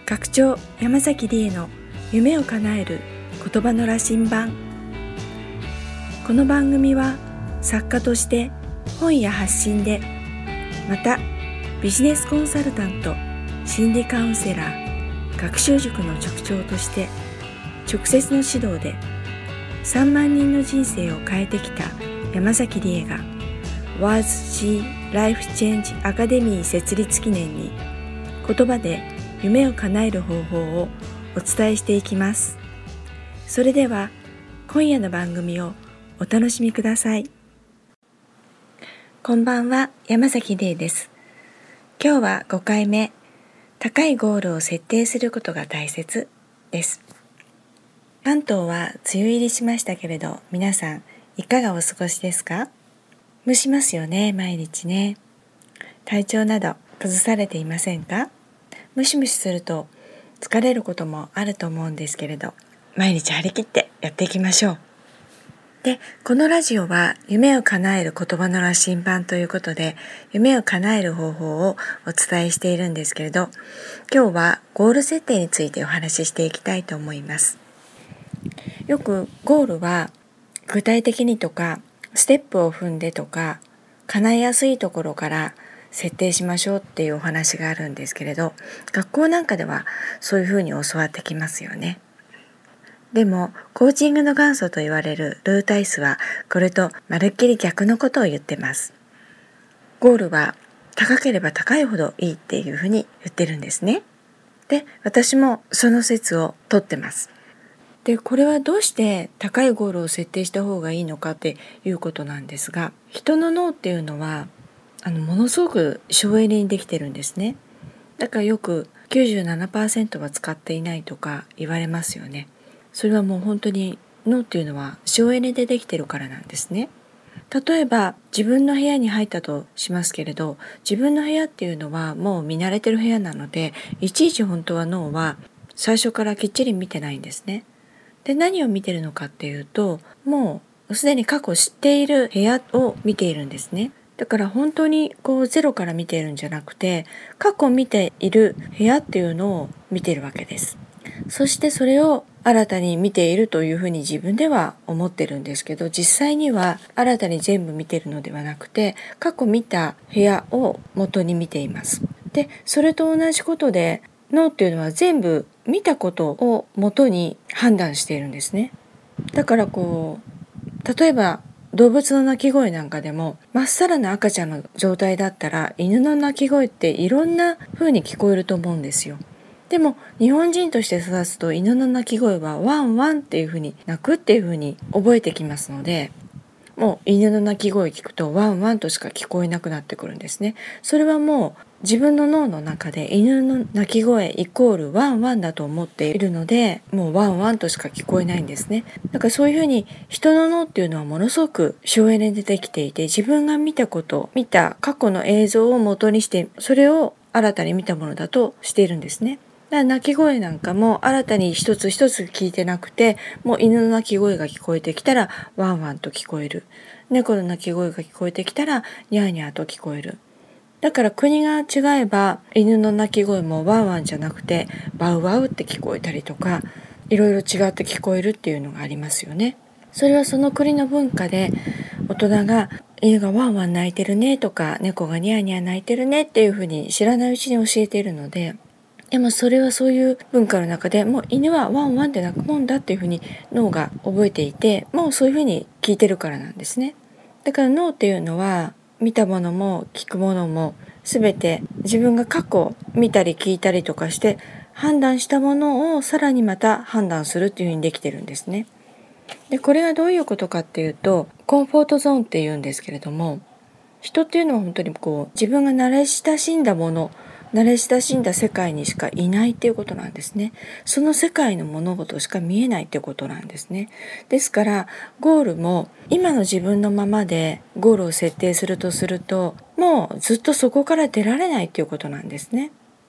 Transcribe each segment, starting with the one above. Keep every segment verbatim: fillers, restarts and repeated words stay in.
学長山崎理恵の夢を叶える言葉の羅針盤。この番組は作家として本や発信で、またビジネスコンサルタント、心理カウンセラー、学習塾の塾長として直接の指導でさんまんにんの人生を変えてきた山崎理恵が Words Life Change Academy 設立記念に言葉で夢を叶える方法をお伝えしていきます。それでは今夜の番組をお楽しみください。こんばんは、山崎理恵です。今日はごかいめ、高いゴールを設定することが大切です。関東は梅雨入りしましたけれど、皆さんいかがお過ごしですか？蒸しますよね、毎日ね。体調など崩されていませんか？ムシムシすると疲れることもあると思うんですけれど、毎日張り切ってやっていきましょう。で、このラジオは夢を叶える言葉の羅針盤ということで、夢を叶える方法をお伝えしているんですけれど、今日はゴール設定についてお話ししていきたいと思います。よくゴールは具体的にとかステップを踏んでとか叶えやすいところから設定しましょうっていうお話があるんですけれど、学校なんかではそういうふうに教わってきますよね。でもコーチングの元祖と言われるルータイスはこれとまるっきり逆のことを言ってます。ゴールは高ければ高いほどいいっていうふうに言ってるんですね。で、私もその説を取ってます。で、これはどうして高いゴールを設定した方がいいのかっていうことなんですが、人の脳っていうのはあのものすごく省エネにできてるんですね。だからよく きゅうじゅうななパーセント は使っていないとか言われますよね。それはもう本当に脳っていうのは省エネでできてるからなんですね。例えば自分の部屋に入ったとしますけれど、自分の部屋っていうのはもう見慣れてる部屋なので、いちいち本当は脳は最初からきっちり見てないんですね。で、何を見てるのかっていうと、もうすでに過去知っている部屋を見ているんですね。だから本当にこうゼロから見ているんじゃなくて、過去見ている部屋っていうのを見ているわけです。そしてそれを新たに見ているというふうに自分では思ってるんですけど、実際には新たに全部見てるのではなくて、過去見た部屋を元に見ています。で、それと同じことで脳っていうのは全部見たことを元に判断しているんですね。だからこう、例えば動物の鳴き声なんかでも、まっさらな赤ちゃんの状態だったら犬の鳴き声っていろんな風に聞こえると思うんですよ。でも日本人として育つと犬の鳴き声はワンワンっていう風に鳴くっていう風に覚えてきますので、もう犬の鳴き声聞くとワンワンとしか聞こえなくなってくるんですね。それはもう自分の脳の中で犬の鳴き声イコールワンワンだと思っているので、もうワンワンとしか聞こえないんですね。だからそういうふうに人の脳っていうのはものすごく省エネでできていて、自分が見たこと見た過去の映像を元にして、それを新たに見たものだとしているんですね。だから鳴き声なんかも新たに一つ一つ聞いてなくて、もう犬の鳴き声が聞こえてきたらワンワンと聞こえる、猫の鳴き声が聞こえてきたらニャーニャーと聞こえる。だから国が違えば犬の鳴き声もワンワンじゃなくてバウワウって聞こえたりとか、いろいろ違って聞こえるっていうのがありますよね。それはその国の文化で、大人が犬がワンワン鳴いてるねとか猫がニャーニャー鳴いてるねっていうふうに知らないうちに教えているので、でもそれはそういう文化の中でもう犬はワンワンって鳴くもんだっていうふうに脳が覚えていて、もうそういうふうに聞いてるからなんですね。だから脳っていうのは見たものも聞くものも全て自分が過去見たり聞いたりとかして判断したものをさらにまた判断するっていうふうにできてるんですね。で、これがどういうことかっていうと、コンフォートゾーンっていうんですけれども、人っていうのは本当にこう自分が慣れ親しんだもの、慣れ親しんだ世界にしかいないっていうことなんですね。その世界の物事しか見えないっていうことなんですね。ですからゴールも今の自分のままでゴールを設定するとすると、もうずっとそこから出られないっていうことなんですね。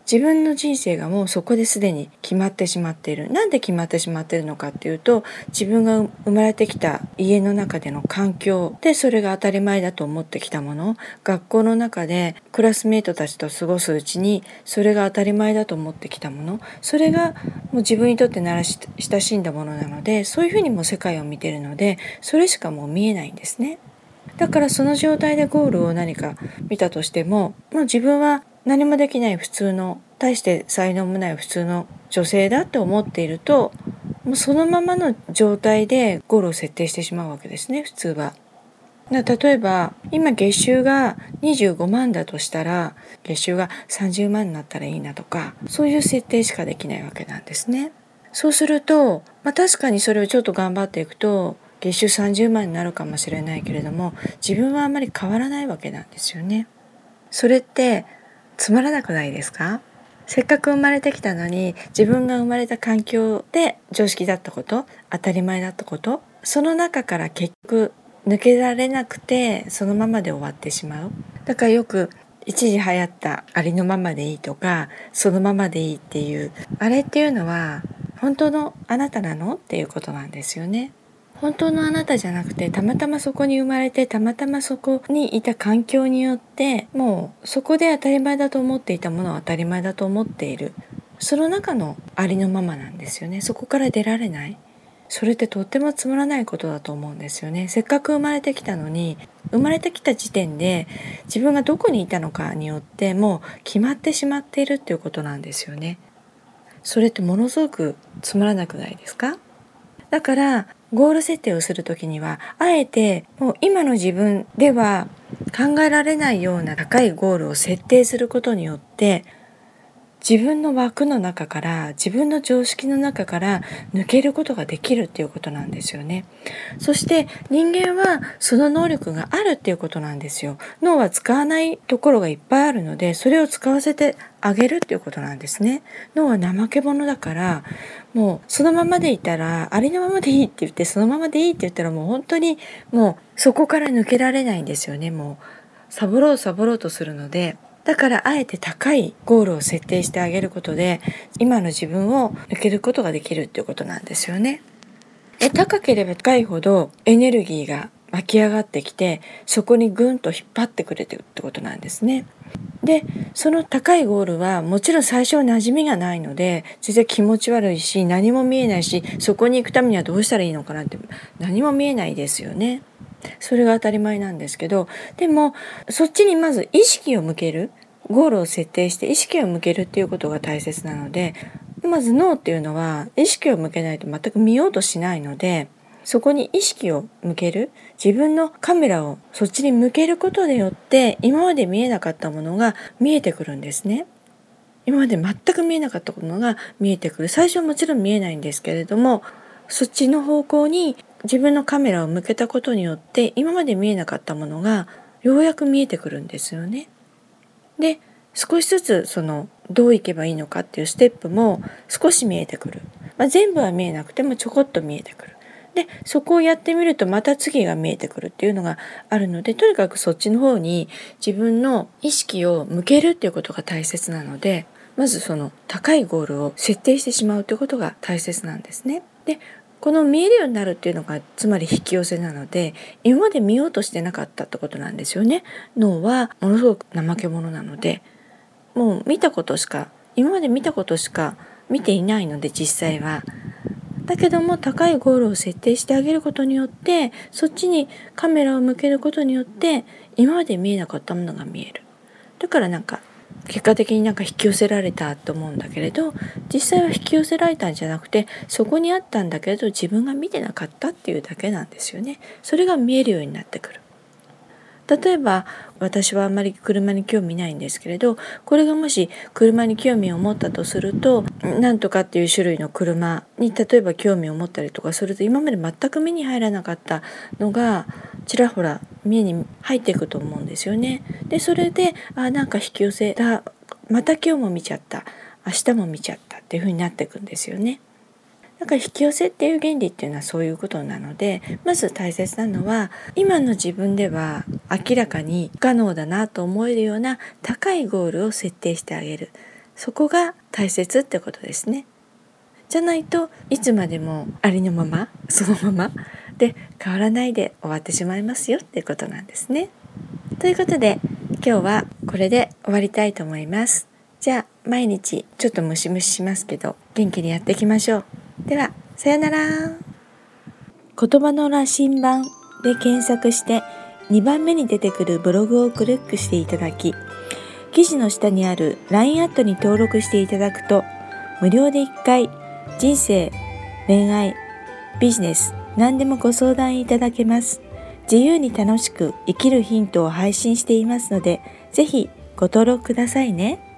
自分の人生がもうそこですでに決まってしまっている。なんで決まってしまっているのかっていうと、自分が生まれてきた家の中での環境でそれが当たり前だと思ってきたもの、学校の中でクラスメートたちと過ごすうちにそれが当たり前だと思ってきたもの、それがもう自分にとって慣らし親しんだものなので、そういうふうにも世界を見ているので、それしかもう見えないんですね。だからその状態でゴールを何か見たとしても、もう自分は何もできない普通の、大して才能もない普通の女性だって思っていると、もうそのままの状態でゴールを設定してしまうわけですね、普通は。例えば今月収がにじゅうごまんだとしたら、月収がさんじゅうまんになったらいいなとか、そういう設定しかできないわけなんですね。そうすると、まあ、確かにそれをちょっと頑張っていくと月収さんじゅうまんになるかもしれないけれども、自分はあまり変わらないわけなんですよね。それってつまらなくないですか？せっかく生まれてきたのに、自分が生まれた環境で常識だったこと、当たり前だったこと、その中から結局抜けられなくてそのままで終わってしまう。だからよく一時流行ったありのままでいいとか、そのままでいいっていう、あれっていうのは本当のあなたなのっていうことなんですよね。本当のあなたじゃなくて、たまたまそこに生まれて、たまたまそこにいた環境によって、もうそこで当たり前だと思っていたものは当たり前だと思っている、その中のありのままなんですよね。そこから出られない。それってとってもつまらないことだと思うんですよね。せっかく生まれてきたのに、生まれてきた時点で自分がどこにいたのかによってもう決まってしまっているっていうことなんですよね。それってものすごくつまらなくないですか？だからゴール設定をするときには、あえてもう今の自分では考えられないような高いゴールを設定することによって、自分の枠の中から、自分の常識の中から抜けることができるっていうことなんですよね。そして人間はその能力があるっていうことなんですよ。脳は使わないところがいっぱいあるので、それを使わせてあげるっていうことなんですね。脳は怠け者だから、もうそのままでいたら、ありのままでいいって言って、そのままでいいって言ったら、もう本当にもうそこから抜けられないんですよね。もうサボろうサボろうとするので、だからあえて高いゴールを設定してあげることで、今の自分を抜けることができるっていうことなんですよね。え高ければ高いほどエネルギーが湧き上がってきて、そこにぐんと引っ張ってくれてるってことなんですね。で、その高いゴールはもちろん最初は馴染みがないので、全然気持ち悪いし、何も見えないし、そこに行くためにはどうしたらいいのかなって何も見えないですよね。それが当たり前なんですけど、でもそっちにまず意識を向ける、ゴールを設定して意識を向けるっていうことが大切なので、まず脳っていうのは意識を向けないと全く見ようとしないので、そこに意識を向ける、自分のカメラをそっちに向けることによって、今まで見えなかったものが見えてくるんですね。今まで全く見えなかったものが見えてくる。最初はもちろん見えないんですけれども、そっちの方向に自分のカメラを向けたことによって、今まで見えなかったものがようやく見えてくるんですよね。で、少しずつそのどういけばいいのかっていうステップも少し見えてくる。まあ、全部は見えなくてもちょこっと見えてくる。で、そこをやってみるとまた次が見えてくるっていうのがあるので、とにかくそっちの方に自分の意識を向けるっていうことが大切なので、まずその高いゴールを設定してしまうということが大切なんですね。で、この見えるようになるっていうのがつまり引き寄せなので、今まで見ようとしてなかったってことなんですよね。脳はものすごく怠け者なので、もう見たことしか、今まで見たことしか見ていないので、実際は。だけども高いゴールを設定してあげることによって、そっちにカメラを向けることによって、今まで見えなかったものが見える。だからなんか結果的になんか引き寄せられたと思うんだけれど、実際は引き寄せられたんじゃなくて、そこにあったんだけれど自分が見てなかったっていうだけなんですよね。それが見えるようになってくる。例えば私はあんまり車に興味ないんですけれど、これがもし車に興味を持ったとすると、なんとかっていう種類の車に例えば興味を持ったりとかすると、今まで全く目に入らなかったのがちらほら目に入っていくと思うんですよね。で、それであなんか引き寄せだ、また今日も見ちゃった、明日も見ちゃったっていう風になっていくんですよね。だから引き寄せっていう原理っていうのはそういうことなので、まず大切なのは今の自分では明らかに不可能だなと思えるような高いゴールを設定してあげる。 そこが大切ってことですね。じゃないといつまでもありのままそのままで変わらないで終わってしまいますよってことなんですね。ということで今日はこれで終わりたいと思います。じゃあ毎日ちょっとムシムシしますけど元気にやっていきましょう。ではさよなら。言葉の羅針盤で検索してにばんめに出てくるブログをクリックしていただき、記事の下にある ライン アットに登録していただくと無料でいっかい人生、恋愛、ビジネス何でもご相談いただけます。自由に楽しく生きるヒントを配信していますので、ぜひご登録くださいね。